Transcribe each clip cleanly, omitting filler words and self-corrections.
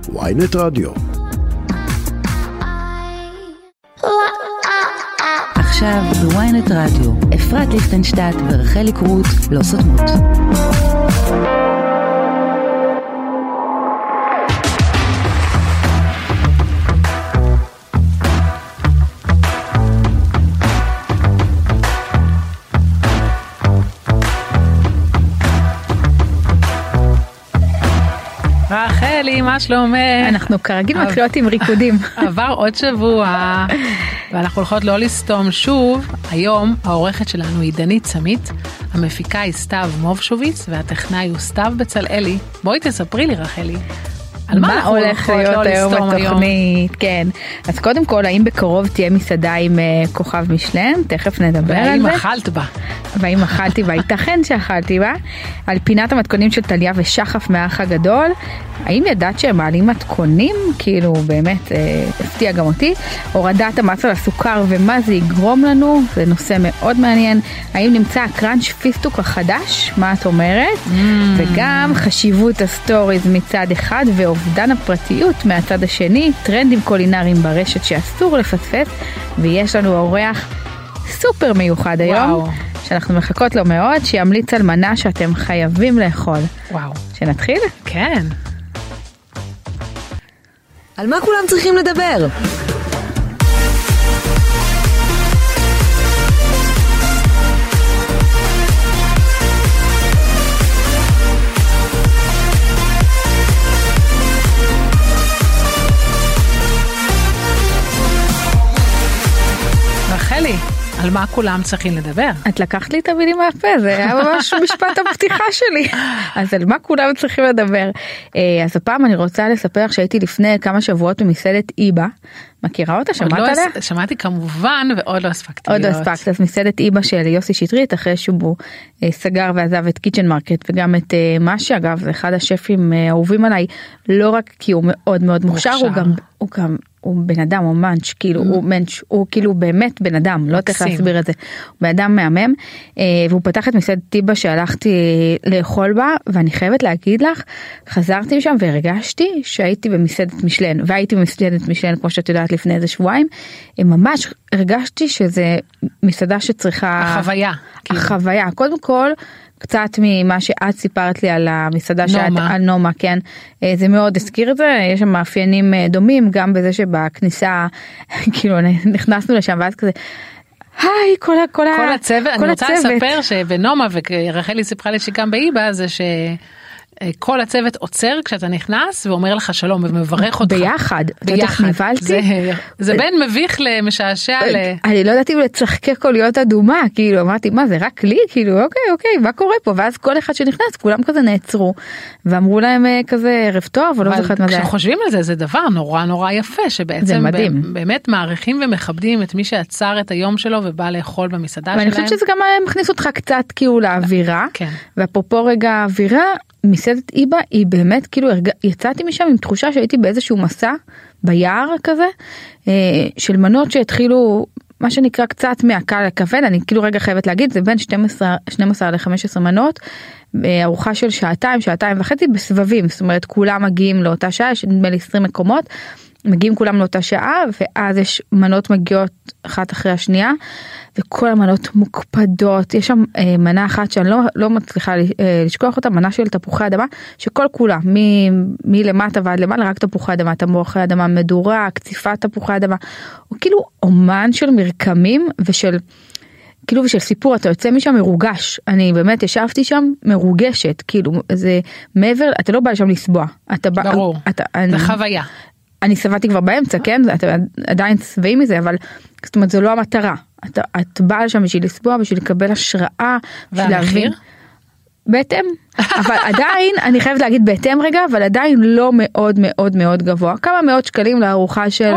ynet רדיו. עכשיו בוויינט רדיו, אפרת ליכטנשטט ורחלי קרוט לא סותמות. רחלי, מה שלומך? אנחנו כרגיל מתחילות עם ריקודים. עבר עוד שבוע, ואנחנו הולכות לא לסתום שוב. היום העורכת שלנו היא דנית סמית, המפיקה היא סתיו מובשוביץ, והטכנאי הוא סתיו בצלאלי. בואי תספרי לי, רחלי. על מה אנחנו הולך להיות היום בתוכנית? כן. אז קודם כל, האם בקרוב תהיה מסעדה עם כוכב משלן? תכף נדבר על זה. והאם אכלת בה? והאם אכלתי בה? ייתכן שאכלתי בה. על פינת המתכונים של טליה ושחף מהאח הגדול. האם ידעת שהם מעלים מתכונים? כאילו, באמת, הפתיע גם אותי. הורדת המס על הסוכר ומה זה יגרום לנו? זה נושא מאוד מעניין. האם נמצא הקראנץ' פיסטוק החדש? מה את אומרת? וגם חשיבות הסטוריז מצד אחד ואובדן הפרטיות מהצד השני, טרנדים קולינריים ברשת שאסור לפספס, ויש לנו אורח סופר מיוחד היום, שאנחנו מחכות לו מאוד, שימליץ על מנה שאתם חייבים לאכול. וואו. שנתחיל? כן. על מה כולם צריכים לדבר? רחלי, על מה כולם צריכים לדבר? את לקחת לי את המילים מהפה, זה היה ממש משפט הפתיחה שלי. אז על מה כולם צריכים לדבר? אז הפעם אני רוצה לספר שהייתי לפני כמה שבועות במסעדת איבה. מכירה אותה? שמעת עליה? שמעתי כמובן, ועוד לא הספקתי להיות. עוד לא הספקת, אז מסעדת איבה של יוסי שטרית, אחרי שהוא סגר ועזב את קיצ'ן מרקט, וגם את משי, אגב, זה אחד השפים האהובים עליי, לא רק כי הוא מאוד מאוד מוכשר, הוא בן אדם, הוא מנץ', כאילו, הוא כאילו באמת בן אדם, לא צריך להסביר את זה. הוא בן אדם מהמם, והוא פתח את מסעדת איבה שהלכתי לאכול בה, ואני חייבת להגיד לך, חזרתי משם והרגשתי שהייתי במסעדת משלן, והייתי במסעדת משלן, כמו שאת יודעת, לפני איזה שבועיים, ממש הרגשתי שזה מסעדה שצריכה... החוויה. קודם כל, קצת ממה שאת סיפרת לי על המסעדה על נומה, כן, זה מאוד הזכיר את זה, יש שם מאפיינים דומים, גם בזה שבכניסה, כאילו נכנסנו לשם ואז כזה, היי, כל הצוות, אני רוצה לספר שבנומה, ורחלי סיפרה לי שגם באיבה, זה כל הצוות עוצר כשאתה נכנס ואומר לך שלום ומברך אותך. ביחד. זה בין מביך למשעשע. אני לא ידעתי לצחקק או להיות אדומה, כאילו אמרתי מה זה רק לי? כאילו אוקיי, מה קורה פה? ואז כל אחד שנכנס כולם כזה נעצרו ואמרו להם כזה ערב טוב, לא זוכרת מה זה. כשחושבים על זה, זה דבר נורא נורא יפה, שבעצם באמת מעריכים ומכבדים את מי שעצר את היום שלו ובא לאכול במסעדה שלהם. ואני חושבת שזה גם מכניס אותך קצת כאילו לאווירה, ואפרופו רגע האווירה, מסעדת איבה היא באמת כאילו יצאתי משם עם תחושה שהייתי באיזשהו מסע ביער כזה של מנות שהתחילו מה שנקרא קצת מהקל לכבד, אני כאילו רגע חייבת להגיד זה בין 12 ל-15 מנות, ארוחה של שעתיים וחצי בסבבים, זאת אומרת כולם מגיעים לאותה שעה, יש נדמה לי 20 מקומות, מגיעים כולם לאותה שעה, ואז יש מנות מגיעות אחת אחרי השנייה, וכל המנות מוקפדות, יש שם מנה אחת שאני לא מצליחה לשכוח אותה, מנה של תפוחי אדמה, שכל כולה, מלמטה ועד למעלה, רק תפוחי אדמה, תפוחי אדמה מדורה, קציפת תפוחי אדמה, הוא כאילו אומן של מרקמים, ושל סיפור, אתה יוצא משם מרוגש, אני באמת ישבתי שם מרוגשת, כאילו, זה מעבר, אתה לא בא לשם לסבוע, ברור, זה חוויה. אני סבתי כבר באמצע, כן? אתה עדיין צבעים מזה, אבל זאת אומרת, זו לא המטרה. את באה לשם בשביל לסבוע, בשביל לקבל השראה, בשביל להבין. בהתאם. אבל עדיין, אני חייבת להגיד בהתאם רגע, אבל עדיין לא מאוד מאוד מאוד גבוה. כמה מאות שקלים לארוחה של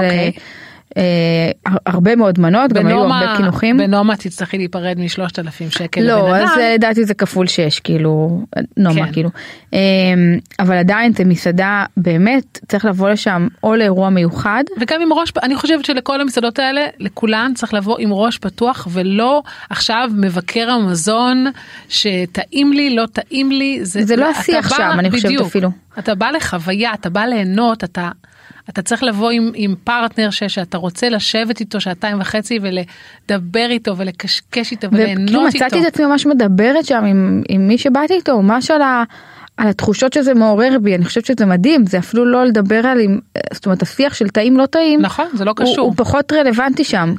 הרבה מאוד מנות, גם היו הרבה כינוחים. בנומה תצטרכי להיפרד מ3,000 שקל. לא, אז לדעתי זה כפול 6, כאילו, נומה, כאילו. אבל עדיין זה מסעדה, באמת, צריך לבוא לשם או לאירוע מיוחד. וגם עם ראש, אני חושבת שלכל המסעדות האלה, לכולן צריך לבוא עם ראש פתוח, ולא עכשיו מבקר המזון, שטעים לי, לא טעים לי. זה לא השיח שם, אני חושבת אפילו. אתה בא לחוויה, אתה בא ליהנות, אתה צריך לבוא עם פרטנר שאתה רוצה לשבת איתו 2.5 ולדבר איתו ולקשקש איתו וליהנות איתו. וכאילו מצאתי את עצמי ממש מדברת שם עם מי שבאתי איתו, ממש על התחושות שזה מעורר בי, אני חושבת שזה מדהים, זה אפילו לא לדבר על, זאת אומרת, השיח של טעים לא טעים, נכון, זה לא קשור. הוא פחות רלוונטי שם,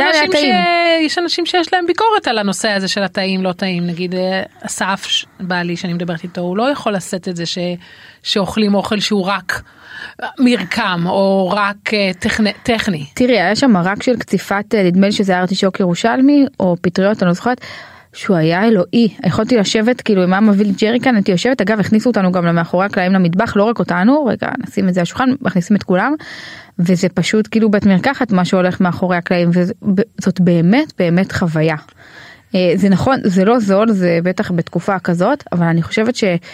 יש אנשים שיש להם ביקורת על הנושא הזה של הטעים לא טעים, נגיד אסף בעלי שאני מדברת איתו, הוא לא יכול לשאת את זה שאוכלים אוכל שהוא רק מרקם או רק טכני. תראי, היה שם מרק של קציפת, נדמה לי שזה ארטישוק ירושלמי, או פטריות, אני לא זוכרת, שהוא היה אלוהי, יכולתי לשבת, כאילו אם היה מביא ג'ריקן, הייתי יושבת, אגב, הכניסו אותנו גם למאחורי הקלעים למטבח, לא רק אותנו, רגע, נשים את זה על השולחן, מכניסים את כולם, וזה פשוט כאילו בית מרקחת, מה שהולך מאחורי הקלעים, וזאת באמת, באמת חוויה. זה נכון, זה לא זול, זה בטח בתקופה כזאת, אבל אני חושבת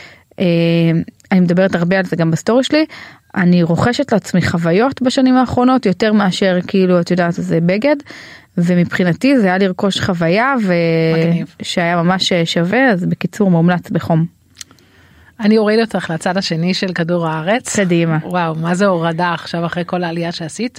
אני מדברת הרבה על זה גם בסטורי שלי, אני רוכשת לעצמי חוויות בשנים האחרונות, יותר מאשר כאילו, את יודעת, זה בגד, ומבחינתי זה היה לרכוש חוויה, שהיה ממש שווה, אז בקיצור מומלץ בחום. אני אוריד אותך לצד השני של כדור הארץ. קדימה. וואו, מה זה הורדה עכשיו אחרי כל העלייה שעשית?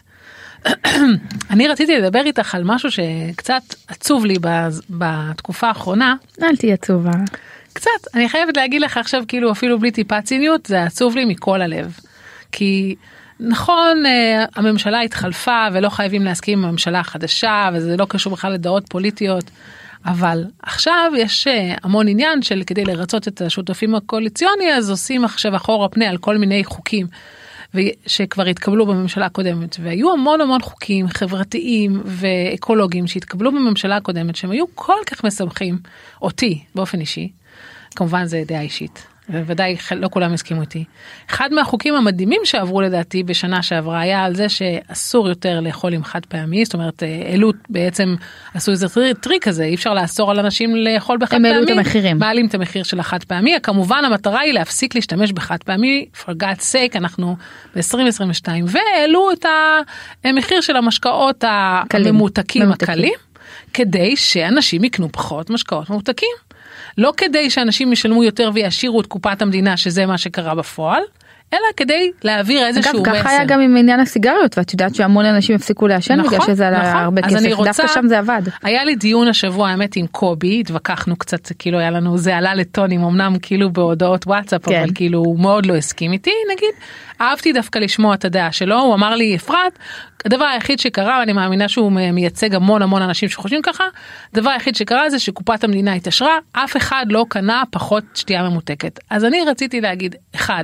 אני רציתי לדבר איתך על משהו שקצת עצוב לי בתקופה האחרונה. אל תהיה עצובה. קצת, אני חייבת להגיד לך עכשיו, כאילו אפילו בלי טיפה ציניות, זה עצוב לי מכל הלב. כי נכון, הממשלה התחלפה ולא חייבים להסכים עם הממשלה החדשה, וזה לא קשור בכלל לדעות פוליטיות, אבל עכשיו יש המון עניין של כדי לרצות את השותפים הקואליציוני, אז עושים עכשיו אחורה פנה על כל מיני חוקים, שכבר התקבלו בממשלה הקודמת, והיו המון המון חוקים חברתיים ואקולוגיים שהתקבלו בממשלה הקודמת, שהם היו כל כך משמחים אותי באופן אישי, כמובן זה דעה אישית, וודאי לא כולם הסכימו איתי. אחד מהחוקים המדהימים שעברו לדעתי בשנה שעברה היה על זה שאסור יותר לאכול עם חד פעמי, זאת אומרת, אלו בעצם עשו איזה טריק כזה, אי אפשר לאסור על אנשים לאכול בחד פעמי. הם העלו את המחירים. מעלים את המחיר של החד פעמי, כמובן המטרה היא להפסיק להשתמש בחד פעמי, for God's sake, אנחנו ב-2022, והעלו את המחיר של המשקאות הממותקים הקלים, כדי שאנשים יקנו פחות משקאות ממותקים. לא כדי שאנשים ישלמו יותר וישירו את קופת המדינה, שזה מה שקרה בפועל, אלא כדי להעביר איזשהו מסר. אגב, ככה היה גם עם עניין הסיגריות, ואת יודעת שהמון אנשים הפסיקו לעשן, בגלל שזה עלה הרבה כסף, דווקא שם זה עבד. היה לי דיון השבוע, האמת, עם קובי, התווכחנו קצת, כאילו היה לנו, זה עלה לטונים, אמנם כאילו בהודעות וואטסאפ, אבל כאילו הוא מאוד לא הסכים איתי, נגיד, אהבתי דווקא לשמוע את הדעה שלו, הוא אמר לי, אפרת, הדבר היחיד שקרה, אני מאמינה שהוא מייצג המון המון אנשים שחושבים ככה, הדבר היחיד שקרה זה שקופת המדינה התעשרה, אף אחד לא קנה פחות שתייה ממותקת. אז אני רציתי להגיד, אחד,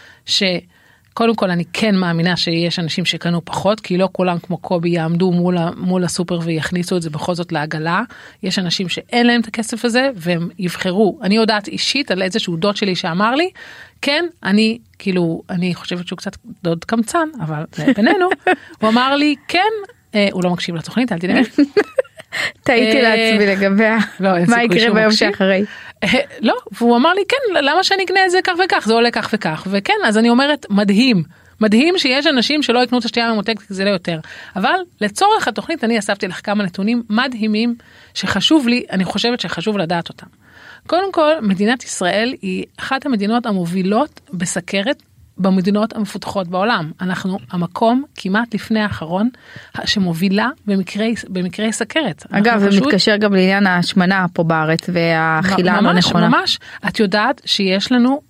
שקודם כל אני כן מאמינה שיש אנשים שקנו פחות, כי לא כולם כמו קובי יעמדו מול הסופר ויכניסו את זה בכל זאת לעגלה, יש אנשים שאין להם את הכסף הזה, והם יבחרו, אני יודעת אישית על איזשהו דוד שלי שאמר לי, כן, אני חושבת שהוא קצת דוד קמצן, אבל זה בינינו, הוא אמר לי, כן, הוא לא מקשיב לתוכנית, אל תדאג. טעיתי לעצמי לגביה, מה יקרה ביום שאחרי. לא, והוא אמר לי, כן, למה שאני אקנה את זה כך וכך, זה עולה כך וכך, וכן, אז אני אומרת, מדהים שיש אנשים שלא יקנו את השתייה הממותקת, זה לא יותר, אבל לצורך התוכנית, אני אספתי לך כמה נתונים מדהימים, שחשוב לי, אני חושבת שחשוב לדעת אותם. קודם כל, מדינת ישראל היא אחת המדינות המובילות בסכרת, במדינות המפותחות בעולם. אנחנו המקום כמעט לפני האחרון שמובילה במקרי סכרת. אגב, זה מתקשר גם לעניין ההשמנה פה בארץ והאכילה הלא נכונה. ממש, את יודעת שיש לנו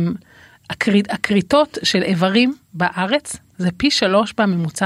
הכריתות של איברים בארץ, זה פי 3 בממוצע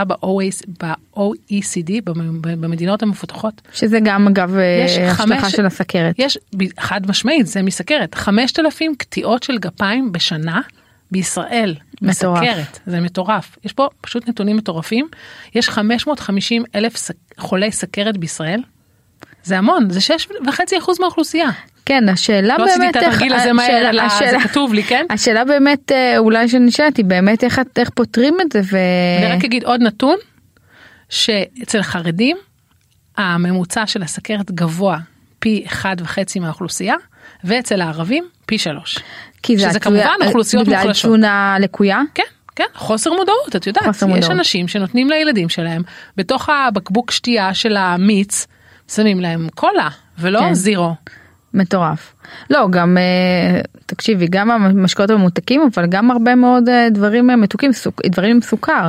ב-OECD, במדינות המפותחות. שזה גם אגב השלכה של הסכרת. יש חד משמעית, זה מסכרת. 5,000 קטיעות של גפיים בשנה, בישראל, מסכרת, זה מטורף. יש פה פשוט נתונים מטורפים. יש 550,000 חולי סכרת בישראל. זה המון, זה 6.5% מהאוכלוסייה. כן, השאלה לא באמת, זה כתוב לי, כן? השאלה באמת, אולי שנשאלתי, באמת איך פותרים את זה? אני רק אגיד עוד נתון, שאצל חרדים, הממוצע של הסכרת גבוה פי 1.5 מהאוכלוסייה, ואצל הערבים פי 3. שזה כמובן אוכלוסיות מוחלשות. בגלל תזונה לקויה? כן, כן, חוסר מודעות, את יודעת, יש אנשים שנותנים לילדים שלהם, בתוך הבקבוק שתייה של המיץ, שמים להם קולה, ולא זירו. מטורף. לא, גם, תקשיבי, גם המשקאות הממותקים, אבל גם הרבה מאוד דברים מתוקים, דברים עם סוכר.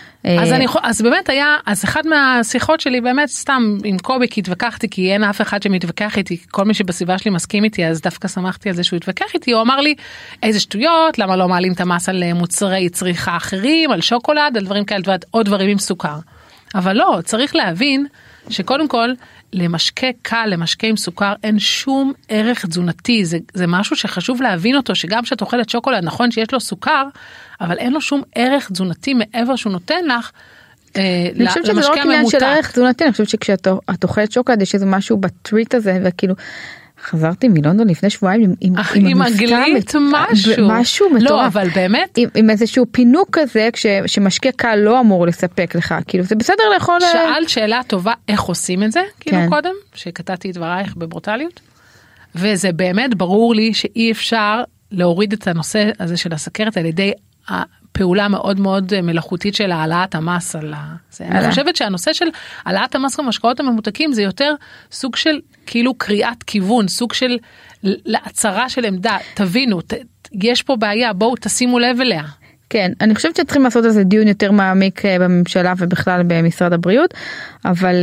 אז באמת היה, אז אחד מהשיחות שלי באמת סתם עם קובי, כי התווכחתי, כי אין אף אחד שמתווכח איתי, כל מי שבסביבה שלי מסכים איתי, אז דווקא שמחתי על זה שהוא התווכח איתי, הוא אמר לי, איזה שטויות, למה לא מעלים את המס על מוצרי צריכה אחרים, על שוקולד, על דברים כאלה, עוד דברים עם סוכר. אבל לא, צריך להבין שקודם כל, למשקה קל, למשקה עם סוכר, אין שום ערך תזונתי, זה משהו שחשוב להבין אותו, שגם כשאת אוכלת שוקולד, נכון שיש לו סוכר, אבל אין לו שום ערך תזונתי מעבר שהוא נותן לך, אני חושבת שזה לא רק עניין של ערך תזונתי, אני חושבת שכשאת אוכלת שוקולד, יש איזה משהו בטריט הזה, וכאילו, חזרתי מלונדון לפני שבועיים עם אנגלית משהו מטורף. לא, אבל באמת. עם איזשהו פינוק כזה, שמשקה קל לא אמור לספק לך, כאילו זה בסדר לאכול. שאלת שאלה טובה, איך עושים את זה, כאילו קודם, שקטעתי את דברייך בברוטליות, וזה באמת ברור לי שאי אפשר להוריד את הנושא הזה של הסכרת על ידי פעולה מאוד מאוד מלאכותית של העלאת המס על זה. אני חושבת שהנושא של העלאת המס במשקאות הממותקים זה יותר סוג של כאילו קריאת כיוון, סוג של הצהרה של עמדה, תבינו, יש פה בעיה, בואו תשימו לב אליה. כן, אני חושבת שצריכים לעשות איזה דיון יותר מעמיק בממשלה ובכלל במשרד הבריאות, אבל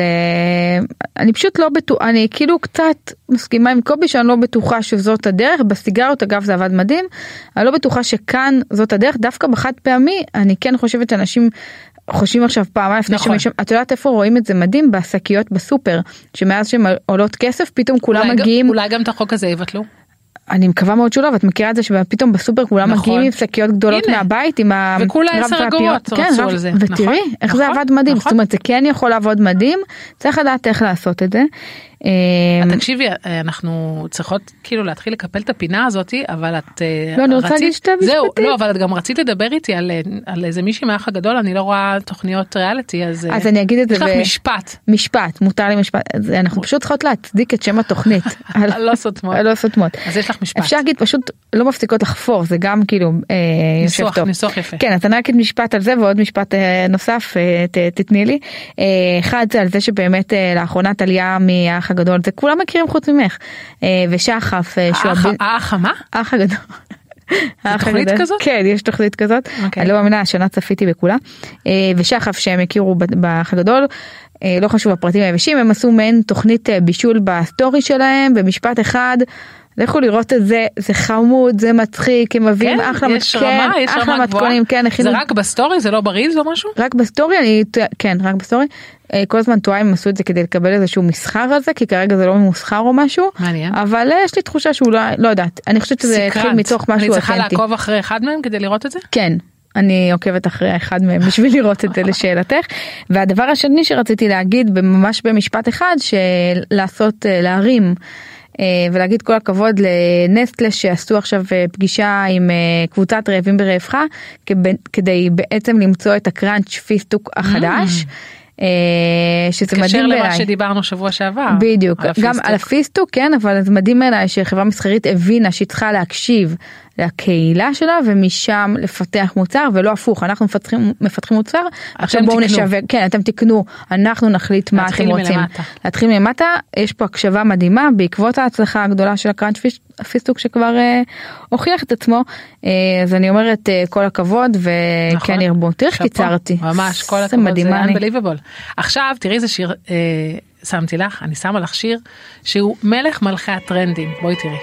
אני פשוט לא בטוחה, אני כאילו קצת מסכימה עם קובי שאני לא בטוחה שזאת הדרך, בסיגרות אגב זה עבד מדהים, אני לא בטוחה שכאן זאת הדרך, דווקא בחד פעמי, אני כן חושבת שאנשים חושבים עכשיו פעמה לפני שמישהו, את יודעת איפה רואים את זה מדהים? בשקיות בסופר, שמאז שהן עולות כסף, פתאום כולם מגיעים. אולי גם את החוק הזה יבטלו? אני מקווה מאוד שלא, ואת מכירה את זה שפתאום בסופר כולם מגיעים עם שקיות גדולות מהבית, עם וכולה 10 אגורות רצו על זה. ותראי איך זה עבד מדהים, זאת אומרת זה כן יכול לעבוד מדהים, צריך לדעת איך לעשות את זה. תקשיבי, אנחנו צריכות כאילו להתחיל לקפל את הפינה הזאת, אבל את לא, אני רוצה להגיד שתי משפטים. לא, אבל את גם רצית לדבר איתי על איזה מישהי מאח הגדול, אני לא רואה תוכניות ריאליטי, אז אני אגיד את זה. יש לך משפט. משפט, מותר לי משפט. אנחנו פשוט צריכות להצדיק את שם התוכנית. לא סותמות. לא סותמות. אז יש לך משפט. אפשר להגיד פשוט לא מפסיקות לחפור, זה גם כאילו יושב טוב. ניסוח יפה. כן, אז אני אגיד משפט על זה, ועוד משפט נוסף, תתני לי. אחד זה על זה שבאמת לאחרונה תליה מהאח הגדול, זה כולם מכירים חוץ ממך, ושחף, האח מה? האח הגדול. תוכנית כזאת? כן, יש תוכנית כזאת, אני לא מאמינה, השנה צפיתי בכולה, ושחף שהם הכירו באח הגדול, לא חשוב הפרטים היבשים, הם עשו מעין תוכנית בישול בסטורי שלהם, במשפט אחד, לכו לראות את זה, זה חמוד, זה מצחיק, הם מביאים אחלה מתכונים, זה רק בסטורי, זה לא בריז או משהו? רק בסטורי, כן, רק בסטורי, כל הזמן טועם הם עשו את זה כדי לקבל איזשהו מסחר על זה, כי כרגע זה לא ממוסחר או משהו, מעניין. אבל יש לי תחושה שאולי, לא יודעת, אני חושבת שזה התחיל מתוך משהו אותנטי. אני צריכה לעקוב אחרי אחד מהם כדי לראות את זה? כן. אני עוקבת אחרי אחד מהם בשביל לראות את זה לשאלתך. והדבר השני שרציתי להגיד ממש במשפט אחד, שלעשות, להרים ולהגיד כל הכבוד לנסטלה שעשו עכשיו פגישה עם קבוצת רעבים ברעבך, כדי בעצם למצוא את הקראנץ' פיסטוק החדש. שזה מדהים בעיניי. למה שדיברנו שבוע שעבר. בדיוק, גם על הפיסטוק, כן, אבל זה מדהים בעיניי שחברה מסחרית הבינה שהיא צריכה להקשיב לקהילה שלה, ומשם לפתח מוצר, ולא הפוך, אנחנו מפתחים מוצר, עכשיו בואו נשווק, כן, אתם תקנו, אנחנו נחליט מה אתם רוצים. להתחיל מלמטה, יש פה הקשבה מדהימה, בעקבות ההצלחה הגדולה של הקראנץ' פיסטוק, שכבר הוכיח את עצמו, אז אני אומרת כל הכבוד, וכן ירבו, תראי קיצרתי. ממש, כל הכבוד, זה unbelievable. עכשיו, תראי איזה שיר, שמתי לך, אני שמה לך שיר, שהוא מלך מלכי הטרנדים, בואי תראי.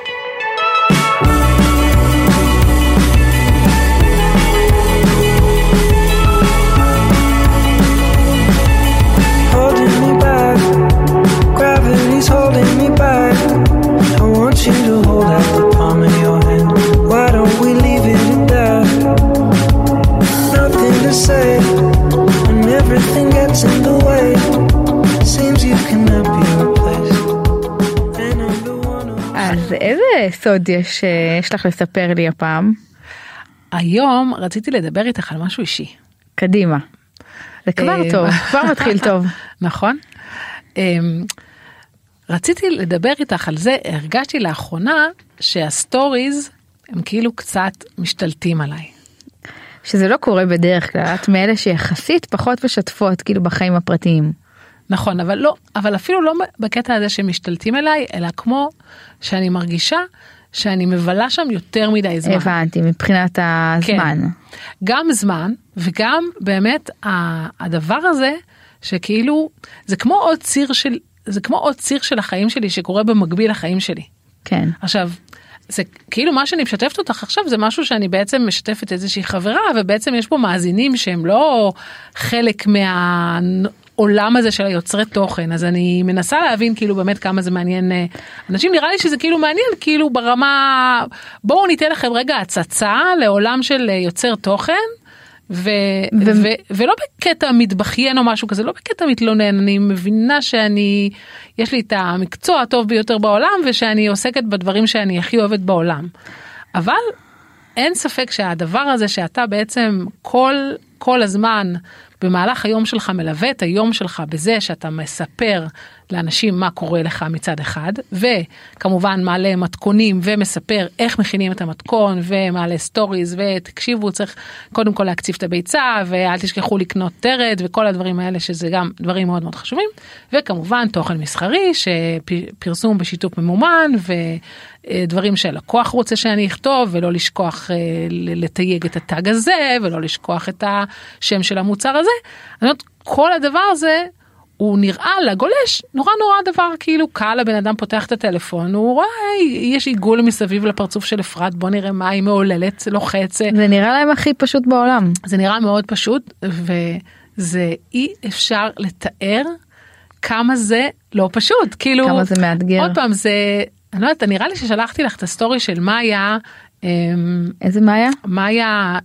Gravity's holding me back. I want you to hold out the palm of your hand. Why don't we leave it at that? Nothing to say when everything gets in the way. Seems you cannot be replaced. And I'm the one who... אז איזה סוד יש לך לספר לי הפעם? היום רציתי לדבר איתך על משהו אישי. קדימה. זה כבר טוב, כבר מתחיל טוב. נכון? רציתי לדבר איתך על זה, הרגשתי לאחרונה שהסטוריז הם כאילו קצת משתלטים עליי. שזה לא קורה בדרך כלל, את מאלה שיחסית פחות משתפות כאילו בחיים הפרטיים. נכון, אבל אפילו לא בקטע הזה שמשתלטים אליי, אלא כמו שאני מרגישה שאני מבלה שם יותר מדי זמן. הבנתי, מבחינת הזמן. כן. גם זמן, וגם באמת הדבר הזה, שכאילו, זה כמו עוד ציר של החיים שלי, שקורה במקביל לחיים שלי. כן. עכשיו, זה כאילו מה שאני משתפת אותך עכשיו, זה משהו שאני בעצם משתפת איזושהי חברה, ובעצם יש פה מאזינים שהם לא חלק מהעולם הזה של היוצרי תוכן, אז אני מנסה להבין כאילו באמת כמה זה מעניין. אנשים נראה לי שזה כאילו מעניין, כאילו ברמה, בואו ניתן לכם רגע הצצה לעולם של יוצר תוכן, ולא בקטע מתבכיין או משהו כזה, לא בקטע מתלונן, אני מבינה יש לי את המקצוע הטוב ביותר בעולם, ושאני עוסקת בדברים שאני הכי אוהבת בעולם. אבל אין ספק שהדבר הזה שאתה בעצם כל הזמן במהלך היום שלך מלווה את היום שלך בזה שאתה מספר לאנשים מה קורה לך מצד אחד, וכמובן מעלה מתכונים ומספר איך מכינים את המתכון, ומעלה סטוריז, ותקשיבו, צריך קודם כל להקציב את הביצה, ואל תשכחו לקנות תרד, וכל הדברים האלה שזה גם דברים מאוד מאוד חשובים, וכמובן תוכן מסחרי, שפרסום בשיתוף ממומן, ודברים שהלקוח רוצה שאני אכתוב, ולא לשכוח לתייג את הטאג הזה, ולא לשכוח את השם של המוצר הזה. אני אומרת, כל הדבר הזה, הוא נראה לגולש, נורא דבר כאילו קל, הבן אדם פותח את הטלפון, הוא רואה, יש עיגול מסביב לפרצוף של אפרת, בוא נראה מה היא מעוללת, לוחצת. זה נראה להם הכי פשוט בעולם. זה נראה מאוד פשוט, וזה אי אפשר לתאר כמה זה לא פשוט, כאילו, כמה זה מאתגר. עוד פעם, אני לא יודעת, נראה לי ששלחתי לך את הסטורי של מאיה, איזה מאיה? מאיה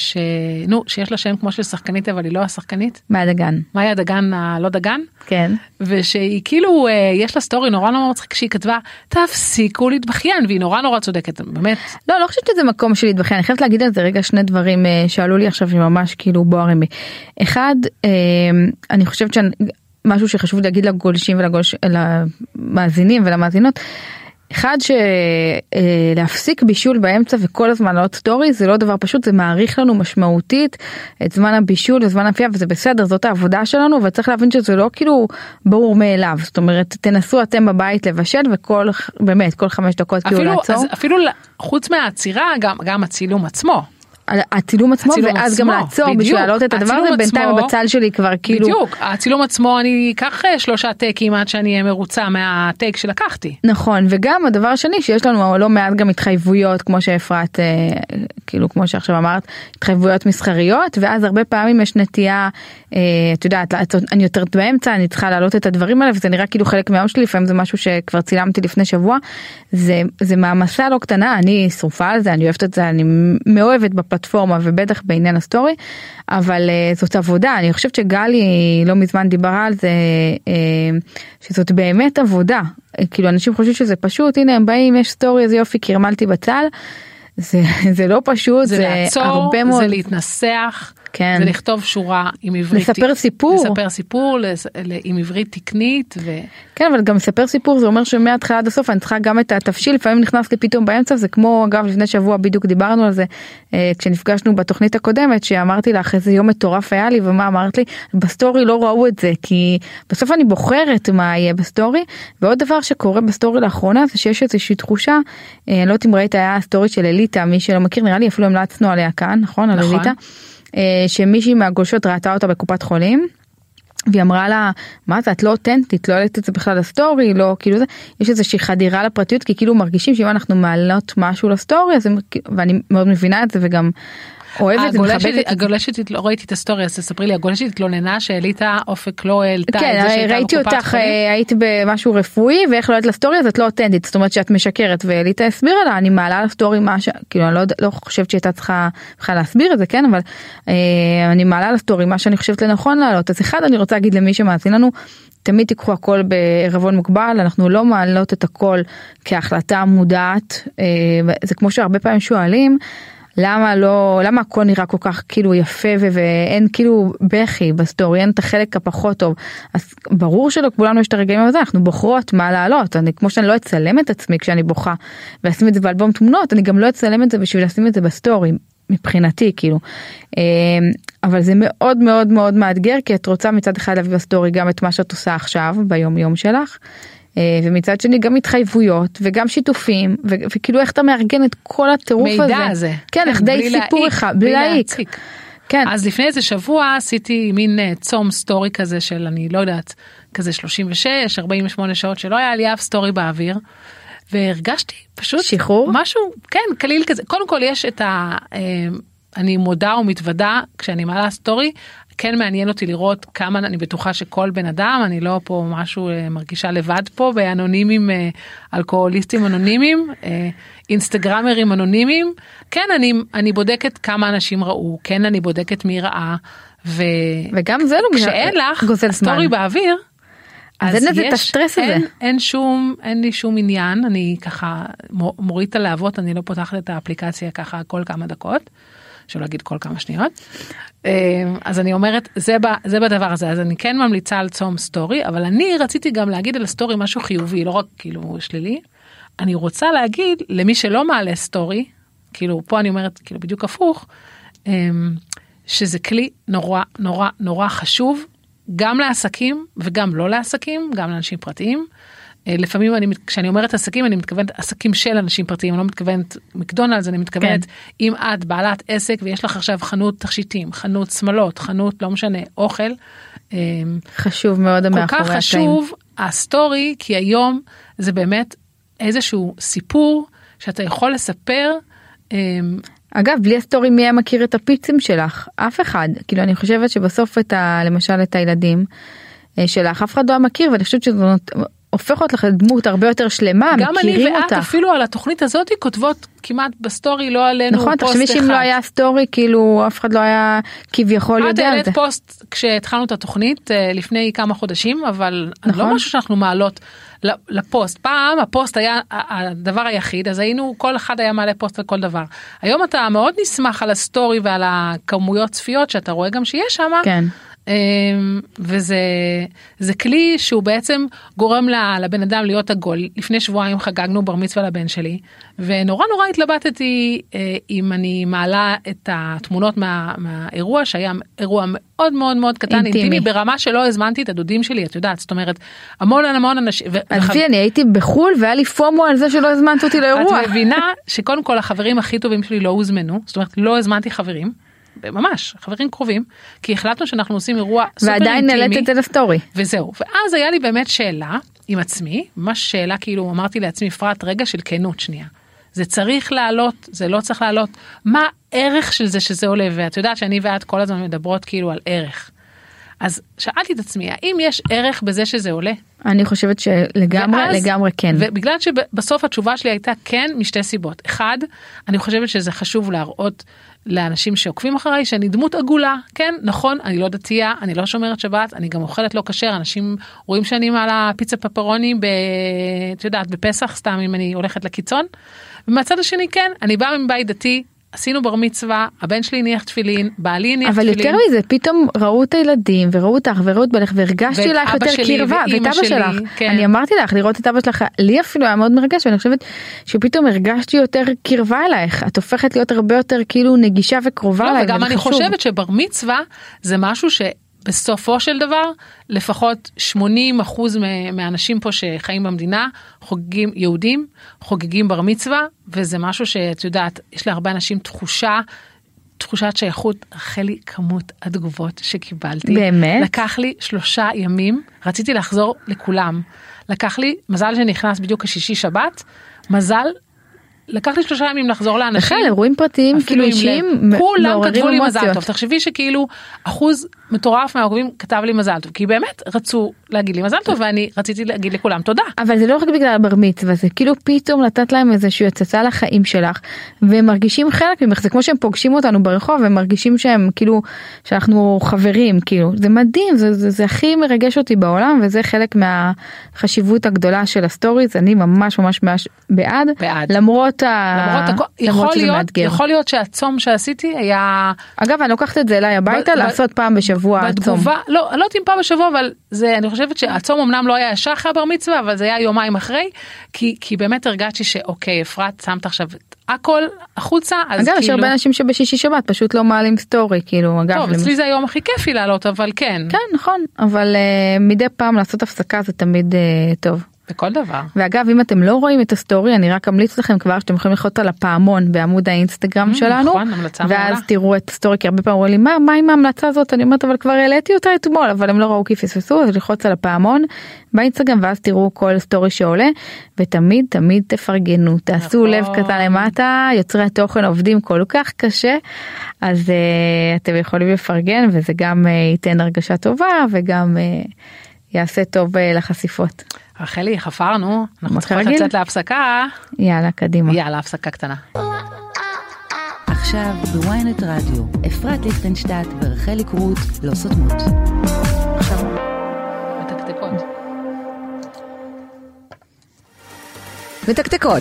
שיש לה שם כמו של שחקנית, אבל היא לא השחקנית. מאיה דגן. מאיה דגן, לא דגן. כן. ושהיא כאילו, יש לה סטורי נורא מצחיק, שהיא כתבה, תפסיקו להתבכיין, והיא נורא צודקת, באמת. לא חושבת שזה מקום של להתבכיין, אני חייבת להגיד על זה רגע שני דברים שעלו לי עכשיו שממש כאילו בוערים בי. אחד, אני חושבת משהו שחשוב להגיד לגולשים ולמאזינים ולמאזינות, אחד שלהפסיק בישול באמצע וכל הזמן לעוד סטורי זה לא דבר פשוט, זה מעריך לנו משמעותית את זמן הבישול וזמן הפייה, וזה בסדר, זאת העבודה שלנו, וצריך להבין שזה לא כאילו ברור מאליו, זאת אומרת תנסו אתם בבית לבשל וכל באמת כל 5 דקות כאילו לעצור. אפילו חוץ מהעצירה גם הצילום עצמו. הצילום עצמו ואז גם לעצור בשביל להעלות את הדבר הזה, בינתיים בצל שלי כבר כאילו. בדיוק, הצילום עצמו אני אקח 3 טייקים עד שאני אהיה מרוצה מהטייק שלקחתי. נכון, וגם הדבר השני שיש לנו לא מעט גם התחייבויות כמו שאפרת, כאילו כמו שעכשיו אמרת, התחייבויות מסחריות, ואז הרבה פעמים יש נטייה, את יודעת, אני יותר באמצע, אני צריכה להעלות את הדברים האלה, וזה נראה כאילו חלק מהיום שלי, לפעמים זה משהו שכבר צילמתי לפני שבוע, זה מעמסה לא קטנה, אני שרופה על זה, אני אוהבת את זה, אני מאוהבת בפלטפורמה ובטח בעניין הסטורי, אבל זאת עבודה, אני חושבת שגלי לא מזמן דיברה על זה, שזאת באמת עבודה, כאילו אנשים חושבים שזה פשוט, הנה הם באים, יש סטורי, איזה יופי, קרמלתי בצל, זה לא פשוט, זה לעצור, הרבה מאוד, זה להתנסח, כן. זה לכתוב שורה עם עברית, לספר סיפור עם עברית תקנית כן, אבל גם לספר סיפור זה אומר שמהתחלה עד הסוף אני צריכה גם את התבשיל, לפעמים נכנס לי פתאום באמצע, זה כמו אגב לפני שבוע בדיוק דיברנו על זה כשנפגשנו בתוכנית הקודמת, שאמרתי לך איזה יום מטורף היה לי, ומה אמרת לי, בסטורי לא ראו את זה, כי בסוף אני בוחרת מה יהיה בסטורי. ועוד דבר שקורה בסטורי לאחרונה זה שיש איזושהי תחושה, לא יודעת אם ראית, היה הסטורי של אליטה, מי שלא מכיר, נראה לי אפילו המלצנו עליה כאן, נכון? על אליטה, שמישהי מהגולשות ראתה אותה בקופת חולים, והיא אמרה לה, מה זה, את לא אותנטית, לא העלית את זה בכלל לסטורי, לא, כאילו זה, יש איזושהי חדירה לפרטיות, כי כאילו מרגישים שאם אנחנו מעלות משהו לסטורי, אז ואני מאוד מבינה את זה, וגם אוהבת, הגולשת, לא ראיתי את הסטורי, אז תספרי לי, הגולשת התלוננה שהעליתה אופק לא העלתה, כן, ראיתי אותך, היית במשהו רפואי, ואיך לא העלית לסטורי, אז את לא אותנטית, זאת אומרת שאת משקרת, והעליתה הסבירה לה, אני מעלה לסטורי משהו, כאילו אני לא חושבת שהייתה צריכה להסביר את זה, כן, אבל אני מעלה לסטורי מה שאני חושבת לנכון לעלות. אז אחד, אני רוצה להגיד למי שמאזין לנו, תמיד תיקחו הכל בערבון מוגבל, אנחנו לא מעלות את הכל כהחלטה מודעת, זה כמו שהרבה פעמים שואלים, למה הכל נראה כל כך כאילו יפה ואין כאילו בכי בסטורי, אין את החלק הפחות טוב, אז ברור שלא כולנו יש את הרגעים הזה, אנחנו בוחרות מה לעלות, כמו שאני לא אצלם את עצמי כשאני בוכה, ולשים את זה באלבום תמונות, אני גם לא אצלם את זה בשביל לשים את זה בסטורי, מבחינתי כאילו, אבל זה מאוד מאוד מאוד מאתגר, כי את רוצה מצד אחד להביא בסטורי גם את מה שאת עושה עכשיו ביום יום שלך, ומצד שני גם התחייבויות וגם שיתופים, וכאילו איך אתה מארגן את כל הטירוף הזה. מידע הזה. כן, לכדי סיפור אחד, בלי להעיק. כן. אז לפני איזה שבוע עשיתי מין צום סטורי כזה של אני לא יודעת, כזה 36, 48 שעות שלא היה לי אף סטורי באוויר, והרגשתי פשוט שחרור? משהו, כן, קליל כזה. קודם כל יש את אני מודה ומתוודה כשאני מעלה סטורי, כן מעניין אותי לראות כמה, אני בטוחה שכל בן אדם, אני לא פה משהו מרגישה לבד פה, באנונימים, אלכוהוליסטים אנונימיים, אינסטגרמרים אנונימיים, כן אני בודקת כמה אנשים ראו, כן אני בודקת מי ראה, וגם זה לא כשאין לך סטורי באוויר, אז אין לזה את הסטרס הזה. אין לי שום עניין, אני ככה מוריד את הלהבות, אני לא פותחת את האפליקציה ככה כל כמה דקות, שלא להגיד כל כמה שניות. אז אני אומרת, זה בדבר הזה, אז אני כן ממליצה על צום סטורי, אבל אני רציתי גם להגיד על הסטורי משהו חיובי, לא רק כאילו שלילי. אני רוצה להגיד למי שלא מעלה סטורי, כאילו פה אני אומרת כאילו בדיוק הפוך, שזה כלי נורא נורא נורא חשוב, גם לעסקים וגם לא לעסקים, גם לאנשים פרטיים. לפעמים כשאני אומרת עסקים, אני מתכוונת עסקים של אנשים פרטיים, אני לא מתכוונת מקדונלדס, אני מתכוונת אם את בעלת עסק ויש לך עכשיו חנות תכשיטים, חנות שמלות, חנות לא משנה, אוכל. חשוב מאוד המאחורי הקלעים. כל כך חשוב הסטורי, כי היום זה באמת איזשהו סיפור שאתה יכול לספר. אגב, בלי הסטורי מי היה מכיר את הפיצים שלך? אף אחד. כאילו אני חושבת שבסוף למשל את הילדים שלך, אף אחד לא מכיר, ואני חושבת שזה הופך אותך לדמות הרבה יותר שלמה, מכירים אותך. גם אני ואת אפילו על התוכנית הזאת כותבות כמעט בסטורי, לא עלינו נכון, פוסט אחד. נכון, תחשבי שאם לא היה סטורי, כאילו אף אחד לא היה כביכול יודע על זה. את העלית פוסט כשהתחלנו את התוכנית לפני כמה חודשים, אבל לא משהו שאנחנו מעלות לפוסט. פעם הפוסט היה הדבר היחיד, אז כל אחד היה מעלה פוסט על כל דבר. היום אתה מאוד נשמח על הסטורי ועל הכמויות צפיות, שאתה רואה גם שיש שם. כן. וזה כלי שהוא בעצם גורם לבן אדם להיות עגול. לפני שבועיים חגגנו בר מצווה לבן שלי, ונורא נורא התלבטתי אם אני מעלה את התמונות מהאירוע, שהיה אירוע מאוד מאוד מאוד קטן, אינטימי, ברמה שלא הזמנתי את הדודים שלי, את יודעת, זאת אומרת, המון אנשים. אז אני הייתי בחול והיה לי פומו על זה שלא הזמנת אותי לאירוע. את מבינה שקודם כל החברים הכי טובים שלי לא הוזמנו, זאת אומרת, לא הזמנתי חברים. ממש, חברים קרובים, כי החלטנו שאנחנו עושים אירוע סופר אינטימי. ועדיין נעלת את זה לסטורי. וזהו. ואז היה לי באמת שאלה עם עצמי, ממש שאלה כאילו אמרתי לעצמי, אפרת, רגע של כנות שנייה. זה צריך לעלות, זה לא צריך לעלות. מה הערך של זה שזה עולה? ואת יודעת שאני ואת כל הזמן מדברות כאילו על ערך. אז שאלתי את עצמי, האם יש ערך בזה שזה עולה? אני חושבת שלגמרי כן. ובגלל שבסוף התשובה שלי הייתה כן, משתי סיבות. אחד, אני חושבת שזה חשוב להראות לאנשים שעוקבים אחריי, שאני דמות עגולה, כן, נכון, אני לא דתייה, אני לא שומרת שבת, אני גם אוכלת לא כשר, אנשים רואים שאני מעלה פיצה פפרוני, את יודעת, בפסח, סתם אם אני הולכת לקיצון, ומהצד השני כן, אני באה מבית דתי, עשינו בר מצווה, הבן שלי הניח תפילין, בעלי הניח תפילין. אבל יותר מזה, פתאום ראו את הילדים, וראו אותך, וראו את בלך, והרגשתי לך יותר קרבה, ואת אבא שלך. כן. אני אמרתי לך, לראות את אבא שלך, לי אפילו היה מאוד מרגש, ואני חושבת שפתאום הרגשתי יותר קרבה אלייך, את הופכת להיות הרבה יותר כאילו נגישה וקרובה אלייך. וגם אני חושבת שבר מצווה, זה משהו בסופו של דבר, לפחות 80% מהאנשים פה שחיים במדינה, חוגגים יהודים, חוגגים בר מצווה, וזה משהו שאת יודעת, יש להרבה אנשים תחושת שייכות, אחרי לי כמות התגובות שקיבלתי. באמת? לקח לי 3 ימים, רציתי לחזור לכולם. לקח לי, מזל שנכנס בדיוק השישי שבת, מזל, לקח לי 3 ימים לחזור לאנשים. בכלל, אירועים פרטיים, כאילו אישיים, כולם כתבו לי מזל טוב. תחשבי שכאילו, אחוז מטורף מהעוקבים כתב לי מזל טוב, כי באמת רצו להגיד לי מזל טוב, ואני רציתי להגיד לכולם תודה. אבל זה לא רק בגלל הבר מצווה, זה כאילו פתאום לתת להם איזושהי הצצה לחיים שלך, והם מרגישים חלק ממך, זה כמו שהם פוגשים אותנו ברחוב, והם מרגישים שהם כאילו, שאנחנו חברים, כאילו, זה מדהים, זה הכי מרגש אותי בעולם, וזה חלק מהחשיבות הגדולה של הסטוריז, אני ממש ממש בעד. למרות יכול להיות שהצום שעשיתי היה... אגב, אני לוקחת את זה אליי הביתה, לעשות פעם בשבוע צום. לא יודעת אם פעם בשבוע, אבל אני חושבת שהצום אמנם לא היה שחר בר מצווה, אבל זה היה יומיים אחרי, כי באמת הרגשתי שאוקיי, אפרת, שמת עכשיו הכל החוצה, אז אגב, יש הרבה אנשים שבשישי שבת פשוט לא מעלים סטורי, כאילו, אגב. טוב, אצלי זה היום הכי כיפי לעלות, אבל כן. כן, נכון, אבל מדי פעם לעשות הפסקה זה תמיד טוב. בכל דבר. ואגב, אם אתם לא רואים את הסטורי, אני רק אמליץ לכם כבר שאתם יכולים ללחוץ על הפעמון בעמוד האינסטגרם שלנו, נכון, המלצה מעולה. ואז תראו את הסטורי, כי הרבה פעמים אומרים לי, מה עם ההמלצה הזאת? אני אומרת, אבל כבר העליתי אותה אתמול, אבל הם לא ראו כי פספסו, אז ללחוץ על הפעמון באינסטגרם, ואז תראו כל סטורי שעולה, ותמיד תמיד תפרגנו, תעשו לב קטן למטה, יוצרי התוכן עובדים כל כך קשה, אז אתם יכולים לפרגן, וזה גם ייתן הרגשה טובה, וגם יעשה טוב לחשיפות. רחלי, חפרנו, אנחנו צריכים לצאת להפסקה. יאללה, קדימה. יאללה, הפסקה קטנה. עכשיו בוויינט רדיו, אפרת ליכטנשטט ורחלי קרוט לא סותמות. עכשיו, מתקתקות. מתקתקות.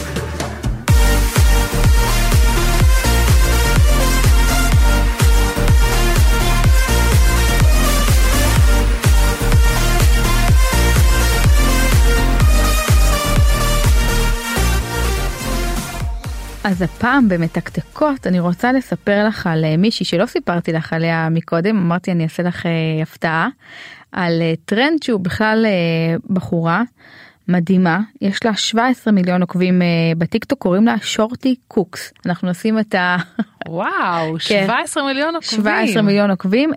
אז הפעם במתקתקות אני רוצה לספר לך על מישהי שלא סיפרתי לך עליה מקודם, אמרתי אני אעשה לך הפתעה, על טרנד שהוא בכלל בחורה מדהימה, יש לה 17 מיליון עוקבים בטיקטוק, קוראים לה שורטי קוקס, אנחנו נשים את ה... וואו, 17 מיליון עוקבים. 17 מיליון עוקבים,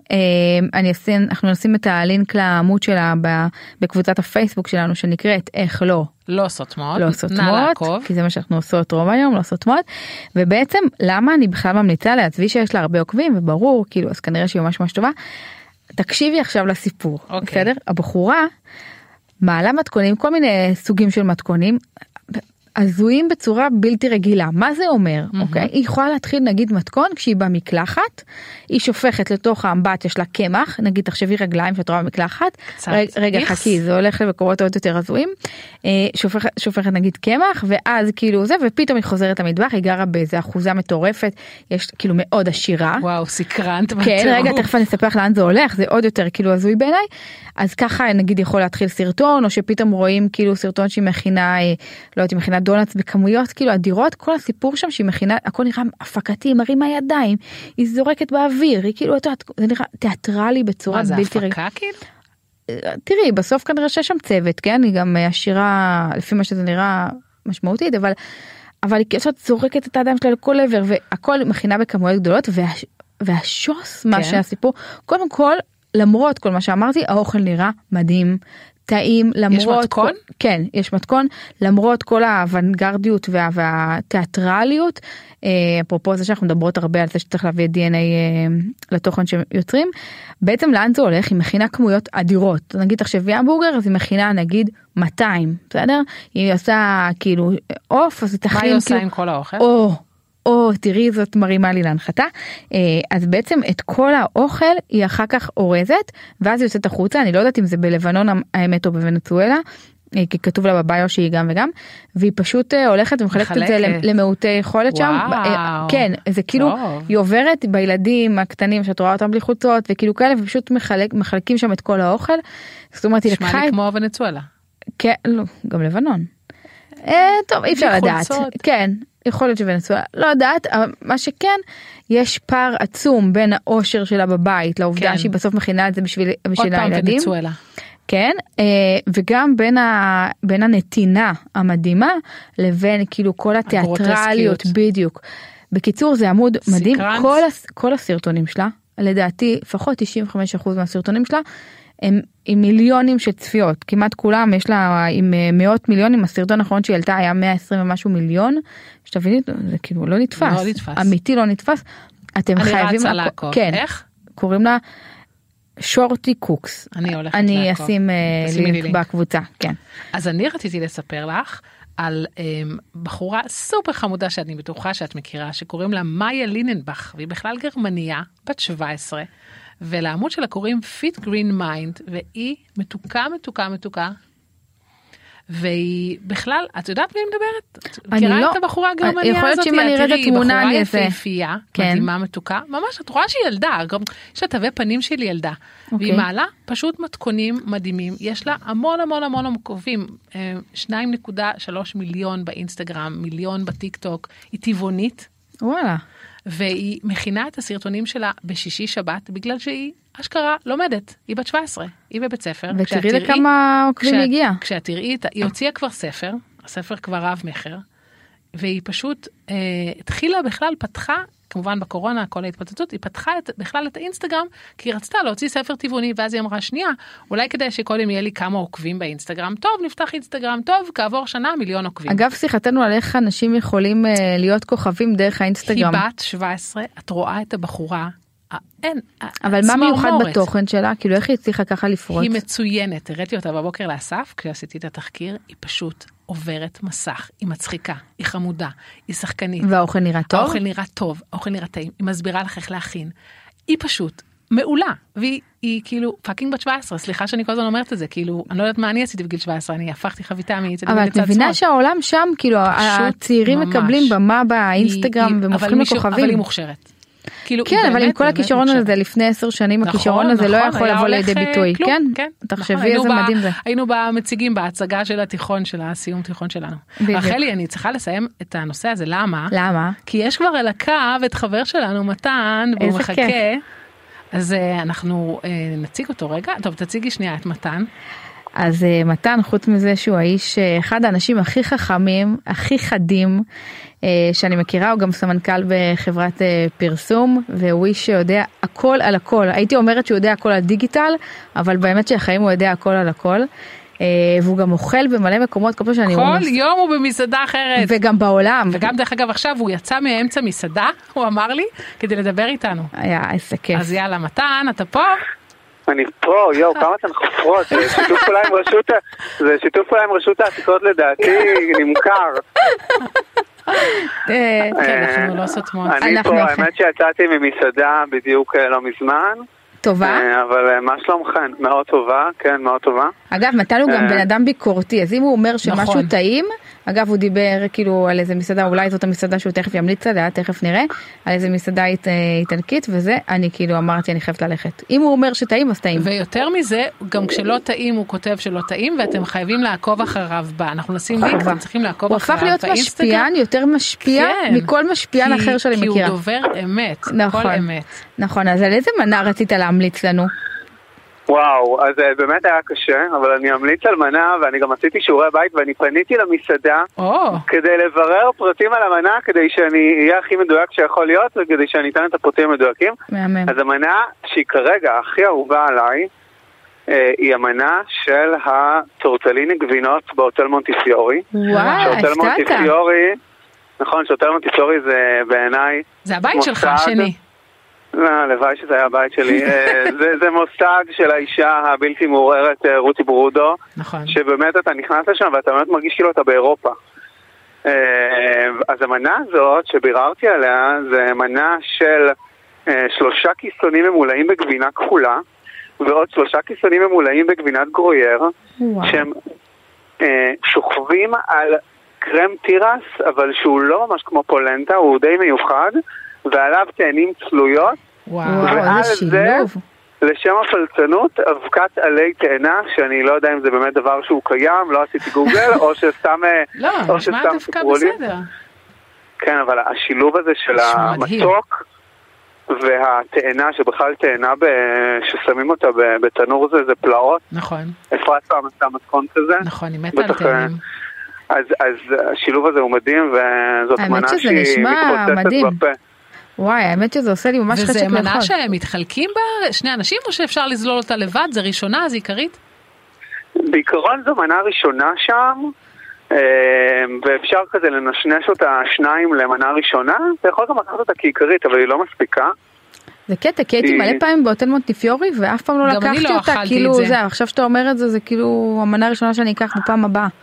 אנחנו נשים את הלינק לעמוד שלה בקבוצת הפייסבוק שלנו שנקראת איך לא סותמות, לא סותמות, כי זה מה שאנחנו עושות רוב היום, לא סותמות, ובעצם למה אני בכלל ממליצה לעצבי שיש לה הרבה עוקבים, וברור, כאילו, אז כנראה שהיא ממש ממש טובה, תקשיבי עכשיו לסיפור, בסדר? הבחורה מעלה מתכונים, כל מיני סוגים של מתכונים, הזויים בצורה בלתי רגילה. מה זה אומר? אוקיי? היא יכולה להתחיל נגיד מתכון כשהיא במקלחת, היא שופכת לתוך האמבט, יש לה קמח, נגיד תחשבי רגליים שאת רואה במקלחת, רגע חכי, זה הולך למקומות עוד יותר הזויים, שופכת נגיד קמח, ואז כאילו זה, ופתאום היא חוזרת למטבח, היא גרה באיזה אחוזה מטורפת, יש כאילו מאוד עשירה. וואו, סקרנט. כן, רגע, תכף אני אספר לך לאן זה הולך, זה עוד יותר כאילו הזוי בעיניי, אז ככה נגיד יכול להתחיל סרטון, או שפתאום רואים כאילו סרטון שהיא מכינה, לא יודעת, היא מכינה דונלדס בכמויות כאילו אדירות, כל הסיפור שם שהיא מכינה, הכל נראה הפקתי, מרימה ידיים, היא זורקת באוויר, היא כאילו, זה נראה תיאטרלי בצורה בלתי רגילה. מה זה, הפקה כאילו? תראי, בסוף כנראה שיש שם צוות, כן? היא גם עשירה, לפי מה שזה נראה משמעותית, אבל היא כאילו זורקת את האדם שלה לכל עבר, והכל מכינה בכמויות גדולות, והשוס, מה שהסיפור, קודם כל, למרות כל מה שאמרתי, האוכל נראה מדהים, טעים, למרות... יש מתכון? כן, יש מתכון, למרות כל האוונגרדיות והתיאטרליות, אפרופו זה שאנחנו מדברות הרבה על זה שצריך להביא DNA לתוכן שיוצרים, בעצם לאן זה הולך? היא מכינה כמויות אדירות, נגיד תחשבי המבורגר, אז היא מכינה נגיד 200, בסדר? היא עושה כאילו אוף, אז היא תכין... מה היא עושה עם כל האוכל? תראי זאת מרימה לי להנחתה, אז בעצם את כל האוכל היא אחר כך אורזת, ואז היא יוצאת החוצה, אני לא יודעת אם זה בלבנון האמת או בוונצואלה, כי כתוב לה בביו שהיא גם וגם, והיא פשוט הולכת ומחלקת את זה למעוטי יכולת שם, כן, זה כאילו, היא עוברת בילדים הקטנים שאת רואה אותם בלי חוצות, וכאילו כאלה, ופשוט מחלקים שם את כל האוכל, זאת אומרת, היא לקחה... נשמע לי כמו וונצואלה. כן, לא, גם לבנון. טוב, אי אפשר לדעת, כן. יכול להיות שוונצואלה, לא יודעת, מה שכן, יש פער עצום בין האושר שלה בבית, לעובדה שהיא בסוף מכינה את זה בשביל הילדים. עוד פעם ונצואלה. כן, וגם בין הנתינה המדהימה, לבין כאילו כל התיאטרליות, בדיוק. בקיצור, זה עמוד מדהים, כל הסרטונים שלה, לדעתי, לפחות 95% מהסרטונים שלה, הם עם מיליונים של צפיות, כמעט כולם, יש לה עם מאות מיליונים, הסרטון האחרון שהיא עלתה היה 120 ומשהו מיליון, שתביני, זה כאילו לא נתפס, אמיתי לא נתפס, אתם חייבים, אני רצה לעקוב, כן, איך? קוראים לה שורטי קוקס, אני הולכת אני אשים לינק בקבוצה, כן. אז אני רציתי לספר לך, על בחורה סופר חמודה שאני בטוחה שאת מכירה, שקוראים לה מאיה ליננבך, והיא בכלל גרמניה, בת 17, ולעמוד שלה קוראים Fit Green Mind, והיא מתוקה, והיא בכלל, את יודעת מי מדברת? מכירה את הבחורה הגרמניה הזאת? יכול להיות שאם אני אראה את התמונה אני אעשה. בחורה יפהפייה, מדהימה מתוקה, ממש את רואה שהיא ילדה, יש לה תווי פנים של ילדה, והיא מעלה פשוט מתכונים מדהימים, יש לה המון המון המון עוקבים, 2.3 מיליון באינסטגרם, מיליון בטיק טוק, היא טבעונית. וואלה. והיא מכינה את הסרטונים שלה בשישי שבת, בגלל שהיא אשכרה לומדת, היא בת 17, היא בבית ספר. ותראי לכמה עוקבים הגיעה. כשאת תראי, היא הוציאה כבר ספר, הספר כבר רב מחר, והיא פשוט התחילה בכלל, פתחה, כמובן בקורונה, כל ההתפוצצות, היא פתחה בכלל את האינסטגרם, כי היא רצתה להוציא ספר טבעוני, ואז היא אמרה, שנייה, אולי כדי שקודם יהיה לי כמה עוקבים באינסטגרם, טוב, נפתח אינסטגרם, טוב, כעבור שנה 1,000,000 עוקבים. אגב, שיחתנו על איך אנשים יכולים להיות כוכבים דרך האינסטגרם. היא בת 17, את רואה את הבחורה, אין, אבל מה מיוחד בתוכן שלה? כאילו איך היא הצליחה ככה לפרוץ? היא מצוינת, הראיתי אותה בבוקר לאסף, כשעשיתי את התחקיר, היא פשוט עוברת מסך, היא מצחיקה, היא חמודה, היא שחקנית. והאוכל נראה טוב? האוכל נראה טוב, האוכל נראה טעים, היא מסבירה לך איך להכין. היא פשוט מעולה, והיא כאילו פאקינג בת 17, סליחה שאני כל הזמן אומרת את זה, כאילו, אני לא יודעת מה אני עשיתי בגיל 17, אני הפכתי חביתה מאיצד אבל את מבינה שהעולם שם, כאילו, הצעירים מקבלים במה באינסטגרם, ומופכים לכוכבים. אבל היא מוכשרת. כן, אבל עם כל הכישרון הזה, לפני 10 שנים הכישרון הזה לא יכול לבוא לידי ביטוי, כן? תחשבי איזה מדהים זה. היינו במציגים בהצגה של התיכון, של הסיום תיכון שלנו. רחלי, אני צריכה לסיים את הנושא הזה, למה? למה? כי יש כבר על הקו את חבר שלנו, מתן, והוא מחכה. אז אנחנו נציג אותו רגע. טוב, תציגי שנייה את מתן. אז מתן, חוץ מזה שהוא האיש, אחד האנשים הכי חכמים, הכי חדים, שאני מכירה, הוא גם סמנכ"ל בחברת פרסום, והוא איש שיודע הכל על הכל. הייתי אומרת שהוא יודע הכל על דיגיטל, אבל באמת שהחיים הוא יודע הכל על הכל. והוא גם אוכל במלא מקומות, כל פעם שאני כל יום הוא במסעדה אחרת. וגם בעולם. וגם דרך אגב עכשיו הוא יצא מאמצע מסעדה, הוא אמר לי, כדי לדבר איתנו. היה איזה כיף. אז יאללה, מתן, אתה פה? אני פה, יואו, כמה אתן חופרות, זה שיתוף פעולה עם רשות העתיקות לדעתי נמכר. כן, אנחנו לא סותמות. אני פה, האמת שיצאתי ממסעדה בדיוק לא מזמן. טובה? אבל מה שלומכן? מאוד טובה, כן, מאוד טובה. אגב, מתן הוא גם בן אדם ביקורתי, אז אם הוא אומר שמשהו טעים, אגב, הוא דיבר כאילו על איזה מסעדה, אולי זאת המסעדה שהוא תכף ימליץ עליה, תכף נראה, על איזה מסעדה איטלקית, וזה, אני כאילו אמרתי, אני חייבת ללכת. אם הוא אומר שטעים, אז טעים. ויותר מזה, גם כשלא טעים, הוא כותב שלא טעים, ואתם חייבים לעקוב אחריו בה. אנחנו נשים לינק, אתם צריכים לעקוב אחריו באינסטגרם. הוא הפך להיות משפיען, יותר משפיע מכל משפיען אחר שאני מכירה. כי הוא דובר אמת, כל אמת. נכון, אז על איזה מנה רצית להמליץ לנו? וואו, אז באמת היה קשה, אבל אני אמליץ על מנה, ואני גם עשיתי שיעורי בית, ואני פניתי למסעדה, כדי לברר פרטים על המנה, כדי שאני אהיה הכי מדויק שיכול להיות, וכדי שאני אתן את הפרטים המדויקים. אז המנה שהיא כרגע הכי אהובה עליי, היא המנה של הטורטליני גבינות בהוטל מונטיפיורי. וואו, הפתעת. נכון, שהוטל מונטיפיורי זה בעיניי... זה הבית שלך, השני. הלוואי שזה היה הבית שלי. זה מושג של האישה הבלתי מעוררת רותי ברודו, שבאמת אתה נכנס לשם ואתה באמת מרגיש כאילו אתה באירופה. אז המנה הזאת שביררתי עליה זה מנה של 3 כיסונים ממולאים בגבינה כחולה, ועוד 3 כיסונים ממולאים בגבינת גרוייר, שהם שוכבים על קרם טירס, אבל שהוא לא ממש כמו פולנטה, הוא די מיוחד, ועליו תאנים צלויות, ועל זה, לשם הפלצנות, אבקת עלי תאנה, שאני לא יודע אם זה באמת דבר שהוא קיים, לא עשיתי גוגל, או שסתם סיפרו לי. כן, אבל השילוב הזה של המצוק, והתאנה, שבכלל תאנה ששמים אותה בתנור זה פלאות. נכון. אפרת פעם עשתה מתכון כזה. נכון, היא מתה על תאנים. אז השילוב הזה הוא מדהים, וזאת מנה שהיא מתפוצצת בפה. וואי, האמת שזה עושה לי ממש חשק לאכול. וזה מנה שמתחלקים בה שני אנשים, או שאפשר לזלול אותה לבד? זה ראשונה, זה עיקרית? בעיקרון זו מנה ראשונה שם, ואפשר כזה לנשנש אותה 2 למנה ראשונה, אתה יכול גם לקחת אותה כעיקרית, אבל היא לא מספיקה. זה קטע, כי הייתי מלא פעמים בהוטל מונטיפיורי, ואף פעם לא לקחתי אותה, כאילו זה, עכשיו שאתה אומר את זה, זה כאילו המנה הראשונה שאני אקח בפעם הבאה.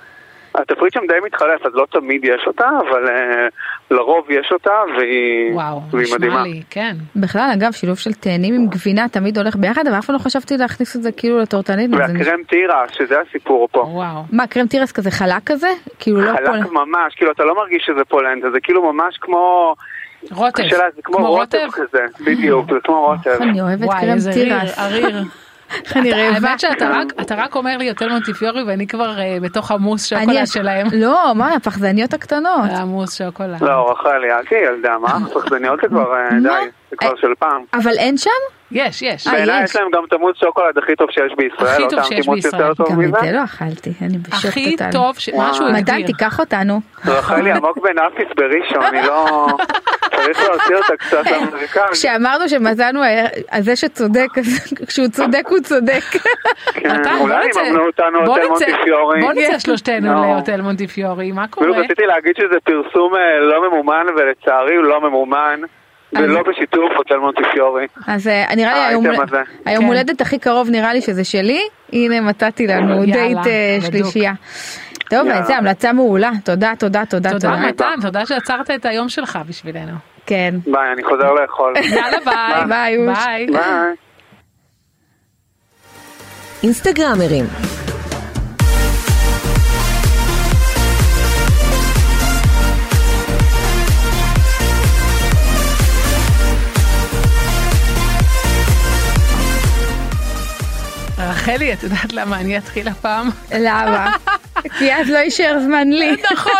התפריט שם די מתחלף, אז לא תמיד יש אותה, אבל לרוב יש אותה, והיא מדהימה. לי, כן. בכלל, אגב, שילוב של תאנים עם גבינה תמיד הולך ביחד, אבל אף פעם לא חשבתי להכניס את זה כאילו לטורטנית. והקרם תירס, שזה הסיפור פה. וואו. מה, קרם תירס כזה חלק כזה? חלק ממש, כאילו אתה לא מרגיש שזה פולנטה, זה כאילו ממש כמו... רוטב. זה כמו רוטב כזה, בדיוק, זה כמו רוטב. אני אוהבת קרם תירס. אריר. אני רעבה. האמת שאתה רק אומר לי יותר מונטיפיורי ואני כבר בתוך המוס שוקולד שלהם. לא, מה, הפחדניות הקטנות. המוס שוקולד. לא, רחלי, אל תהיה ילדה, מה? הפחדניות זה כבר די, זה כבר של פעם. אבל אין שם? יש. בעיניי יש להם גם את המוס שוקולד הכי טוב שיש בישראל. הכי טוב שיש בישראל. גם את זה לא אכלתי, אני בשוק הכי טוטל. טוב, משהו הגדיר. מתן, תיקח אותנו. רחלי, עמוק בנאפיס בראשון, אני לא... צריך להוציא אותה קצת לאמריקאים. כשאמרנו שמצאנו על זה שצודק, כשהוא צודק הוא צודק. אולי יממנו אותנו הוטל מונטיפיורי. בוא נצא שלושתנו להוטל מונטיפיורי, מה קורה? רציתי להגיד שזה פרסום לא ממומן ולצערי הוא לא ממומן. ולא בשיתוף הוטל מונטיפיורי. אז נראה לי היום הולדת הכי קרוב נראה לי שזה שלי. הנה מצאתי לנו דייט שלישייה. טוב, זה המלצה מעולה. תודה. תודה מתן, תודה שעצרת את היום שלך בשבילנו. כן. ביי, אני חוזר לאכול. יאללה ביי. ביי. אינסטגרמרים. רחלי, את יודעת למה אני אתחיל הפעם? למה? כי אז לא יישאר זמן לי. נכון.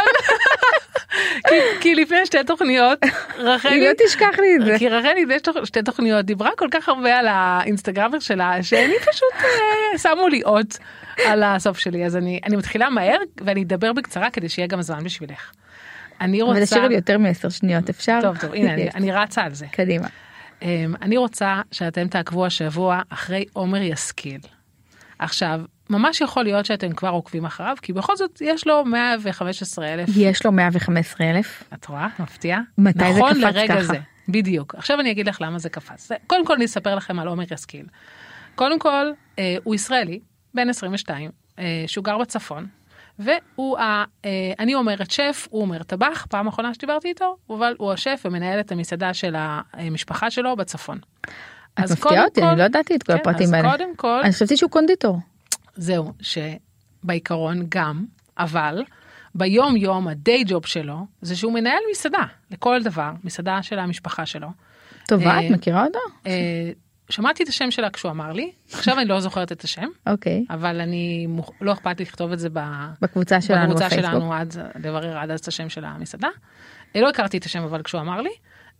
כי לפני שתי תוכניות, רחלי... היא לא תשכח לי את זה. כי רחלי לפני שתי תוכניות דיברה כל כך הרבה על האינסטגרמר שלה, שאני פשוט שמו לי אות על הסוף שלי. אז אני מתחילה מהר, ואני אדבר בקצרה כדי שיהיה גם זמן בשבילך. אני רוצה... ולשאיר לי יותר מ10 שניות, אפשר? טוב, הנה, אני רצה על זה. קדימה. אני רוצה שאתם תעקבו השבוע אחרי עומר ישכיל. עכשיו, ממש יכול להיות שאתם כבר עוקבים אחריו, כי בכל זאת יש לו 115,000. יש לו 115,000. את רואה? מפתיע? מתי זה קפץ ככה? נכון לרגע זה, בדיוק. עכשיו אני אגיד לך למה זה קפץ. קודם כל אני אספר לכם על עומר ישכיל. קודם כל, הוא ישראלי, בן 22, שהוא גר בצפון, והוא, אני אומרת שף, הוא אומר טבח, פעם האחרונה שדיברתי איתו, אבל הוא השף ומנהל את המסעדה של המשפחה שלו בצפון. את מפתיעה אותי, אני לא ידעתי את כל הפרטים האלה. אז קודם כל... אני חושבתי שהוא קונדיטור. זהו, שבעיקרון גם, אבל ביום יום הדיי ג'וב שלו, זה שהוא מנהל מסעדה, לכל דבר, מסעדה של המשפחה שלו. טובה, את מכירה אותה? שמעתי את השם שלה כשהוא אמר לי, עכשיו אני לא זוכרת את השם, אבל אני לא אכפת לי לכתוב את זה בקבוצה שלנו בפייסבוק. בקבוצה שלנו לברר עד את השם של המסעדה. לא הכרתי את השם אבל כשהוא אמר לי,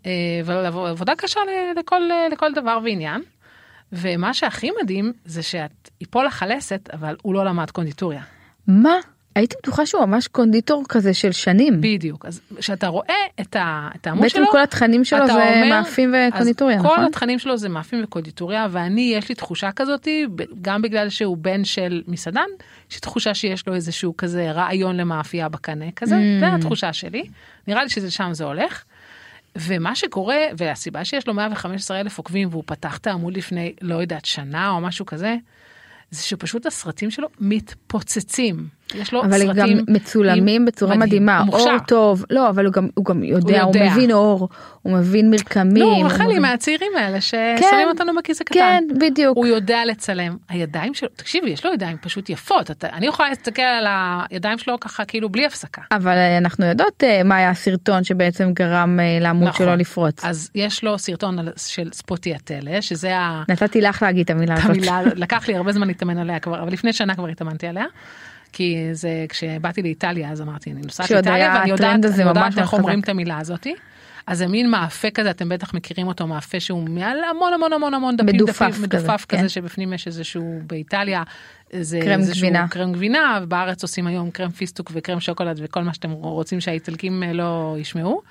ועבודה קשה לכל דבר ועניין, ומה שהכי מדהים זה שאת יפול לחלסת, אבל הוא לא למד קונדיטוריה. מה? הייתי בטוחה שהוא ממש קונדיטור כזה של שנים. בדיוק, אז כשאתה רואה את העמוד שלו, בעצם כל התכנים שלו זה מאפים וקונדיטוריה, נכון? כל התכנים שלו זה מאפים וקונדיטוריה, ואני יש לי תחושה כזאת, גם בגלל שהוא בן של מסעדן, יש לי תחושה שיש לו איזשהו כזה רעיון למאפייה בקנה כזה, זה התחושה שלי, נראה לי שזה שם זה הולך, ומה שקורה, והסיבה שיש לו 115,000 עוקבים, והוא פתח את העמוד לפני, לא יודעת, שנה או משהו כזה, זה שפשוט הסרטים שלו מתפוצצים. יש לו אבל סרטים... גם מצולמים בצורה מדהימה. אור טוב. לא, אבל הוא גם יודע, הוא מבין אור, הוא מבין מרקמים. לא, רחלי מהצעירים האלה ששמים אותנו בכיס הקטן. כן, בדיוק. הוא יודע לצלם. הידיים שלו, תקשיבי, יש לו ידיים פשוט יפות. אני יכולה להסתכל על הידיים שלו ככה כאילו בלי הפסקה. אבל אנחנו יודעות מה היה הסרטון שבעצם גרם לעמוד שלו לפרוץ. אז יש לו סרטון של ספוטי הטלה, שזה ה... נתתי לך להגיד את המילה הזאת. לקח לי הרבה זמן להתאמן עליה כבר, אבל לפני שנה כבר התאמנתי עליה. כי זה, כשבאתי לאיטליה, אז אמרתי, אני נוסעת לאיטליה, ואני יודעת איך אומרים את המילה הזאת. אז זה מין מאפה כזה, אתם בטח מכירים אותו, מאפה שהוא מעל המון המון המון המון דפים, מדופף כזה, שבפנים יש איזשהו, באיטליה, זה איזשהו קרם גבינה, ובארץ עושים היום קרם פיסטוק וקרם שוקולד, וכל מה שאתם רוצים שהאיטלקים לא ישמעו.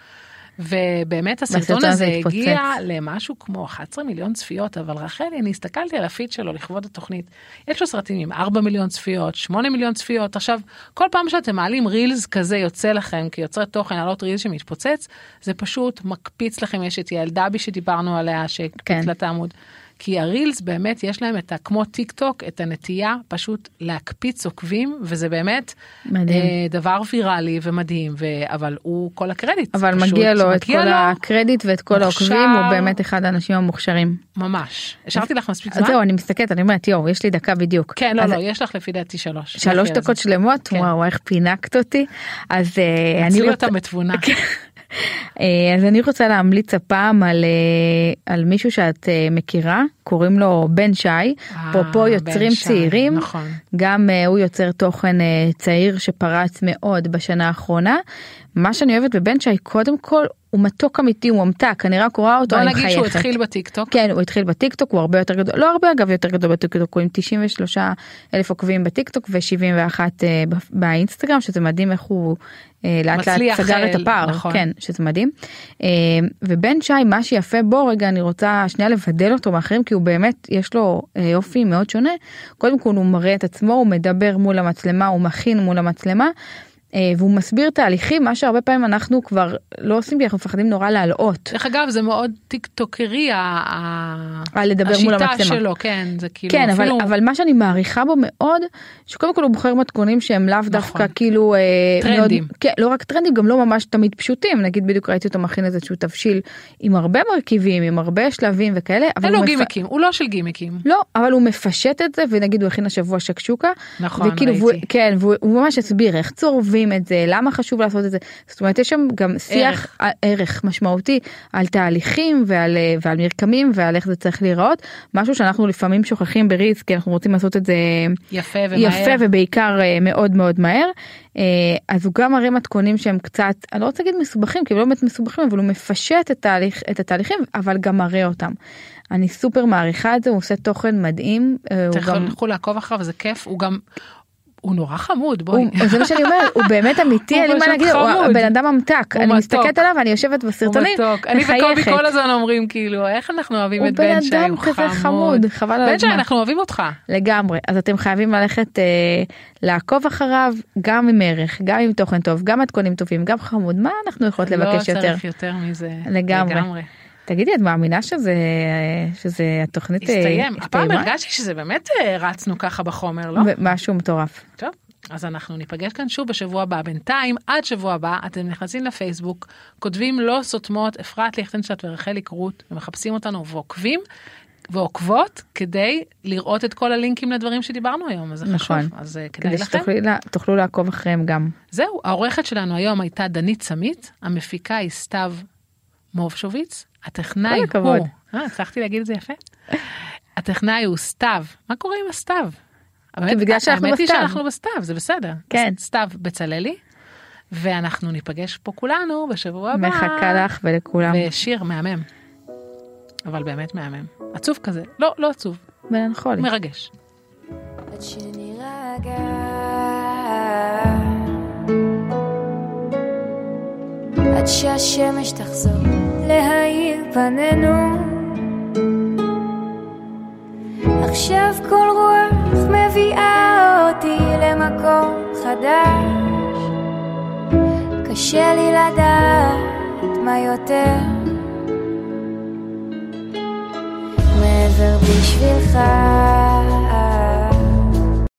ובאמת הסרטון הזה הגיע למשהו כמו 11 מיליון צפיות, אבל רחלי, אני הסתכלתי על הפיד שלו לכבוד התוכנית, יש לו סרטים עם 4 מיליון צפיות, 8 מיליון צפיות, עכשיו, כל פעם שאתם מעלים רילס כזה יוצא לכם, כי יוצרי תוכן, עלות רילס שמתפוצץ, זה פשוט מקפיץ לכם, יש את יעל דבי שדיברנו עליה, שקפץ לה את העמוד, כי הרילס באמת יש להם כמו טיק טוק, את הנטייה פשוט להקפיץ עוקבים, וזה באמת דבר ויראלי ומדהים, אבל הוא כל הקרדיט. אבל מגיע לו את כל הקרדיט ואת כל העוקבים, הוא באמת אחד האנשים המוכשרים. ממש. השארתי לך מספיק זמן? זהו, אני מסתכלת, אני אומרת, יו, יש לי דקה בדיוק. כן, לא, יש לך לפי דעתי 3. 3 דקות שלמות? וואו, איך פינקת אותי. אז אני רוצה בתבונה. אז אני רוצה להמליץ הפעם על מישהו שאת מכירה, קוראים לו בן שי, אפרופו יוצרים צעירים, נכון. גם הוא יוצר תוכן צעיר שפרץ מאוד בשנה האחרונה. מה שאני אוהבת בבן שי, קודם כל, הוא מתוק אמיתי, הוא ממתק, אני רק רואה אותו, אני מחייכת. בוא נגיד שהוא התחיל בטיקטוק. כן, הוא התחיל בטיקטוק, הוא הרבה יותר גדול, לא הרבה אגב, יותר גדול בטיקטוק, הוא עם 93,000 עוקבים בטיקטוק ו71 באינסטגרם, שזה מדהים איך הוא לאט לאט סגר את הפער, נכון. כן, שזה מדהים. ובן שי, מה שיפה בו, רגע, אני רוצה שנייה לבדל אותו מאחרים, כי הוא באמת, יש לו אופי מאוד שונה. קודם כל הוא מראה את עצמו, הוא מדבר מול המצלמה, הוא מכין מול המצלמה, והוא מסביר תהליכים, מה שהרבה פעמים אנחנו כבר לא עושים בי, אנחנו מפחדים נורא להלאות. דרך אגב, זה מאוד טיקטוקרי, השיטה שלו, כן, זה כאילו כן, אפילו... אבל מה שאני מעריכה בו מאוד, שקודם כל הוא בוחר מתכונים שהם לאו דווקא כאילו... טרנדים. כן, לא רק טרנדים, גם לא ממש תמיד פשוטים, נגיד בדיוק ראיתי אותו מכין איזשהו תבשיל עם הרבה מרכיבים, עם הרבה שלבים וכאלה, אין לו גימיקים, הוא לא של גימיקים. לא, אבל הוא מפשט את זה, ונגיד הוא הכין השבוע שקשוקה, נכון, ראיתי. כן, והוא ממש הסביר איך צורבים את זה, למה חשוב לעשות את זה. זאת אומרת, יש שם גם שיח, ערך משמעותי על תהליכים ועל מרקמים ועל איך זה צריך להיראות, משהו שאנחנו לפעמים שוכחים בריז, כי אנחנו רוצים לעשות את זה יפה ובעיקר מאוד מאוד מהר. אז הוא גם מראה מתכונים שהם קצת, אני לא רוצה להגיד מסובכים, כי הם לא באמת מסובכים, אבל הוא מפשט את התהליכים, אבל גם מראה אותם. אני סופר מעריכה את זה, הוא עושה תוכן מדהים. תלכו לעקוב אחריו, זה כיף, הוא נורא חמוד, בואי. זה מה שאני אומרת, הוא באמת אמיתי, אין לי מה להגיד, הוא בן אדם ממתק, אני מסתכלת עליו, אני יושבת בסרטונים, אני וקובי כל הזמן אומרים, כאילו, איך אנחנו אוהבים את בן שי, הוא כזה חמוד, חבל על הזמן. בן שי, אנחנו אוהבים אותך. לגמרי, אז אתם חייבים ללכת לעקוב אחריו, גם עם ערך, גם עם תוכן טוב, גם מתכונים טובים, גם חמוד, מה אנחנו יכולות לבקש יותר? לא צריך יותר מזה. לגמרי. תגידי, את מאמינה שזה התוכנית הסתיים? הפעם הרגשתי שזה באמת רצנו ככה בחומר, לא? משהו מטורף. טוב, אז אנחנו ניפגש כאן שוב בשבוע הבא. בינתיים, עד שבוע הבא, אתם נכנסים לפייסבוק, כותבים לא סותמות, אפרת ליכטנשטט ורחלי קרוט, ומחפשים אותנו ועוקבים ועוקבות, כדי לראות את כל הלינקים לדברים שדיברנו היום, אז זה חשוב, אז כדאי לכם. כדי שתוכלו לעקוב אחריהם גם. זהו, העורכת שלנו היום הייתה דנית צמית, המפיקה היא סתיו מובשוביץ, הטכנאי הוא, הצלחתי להגיד את זה יפה, הטכנאי הוא סתיו, מה קורה עם הסתיו? בגלל האמת היא שאנחנו בסתיו, זה בסדר, כן. סתיו בצללי, ואנחנו ניפגש פה כולנו בשבוע הבא. מחכה לך ולכולם. ושיר מהמם, אבל באמת מהמם, עצוב כזה, לא עצוב, מלנכולי. מרגש. עד שנירגע עד שהשמש תחזור להאיר פנינו, עכשיו כל רוח מביאה אותי למקום חדש, קשה לי לדעת מה יותר מעבר בשבילך.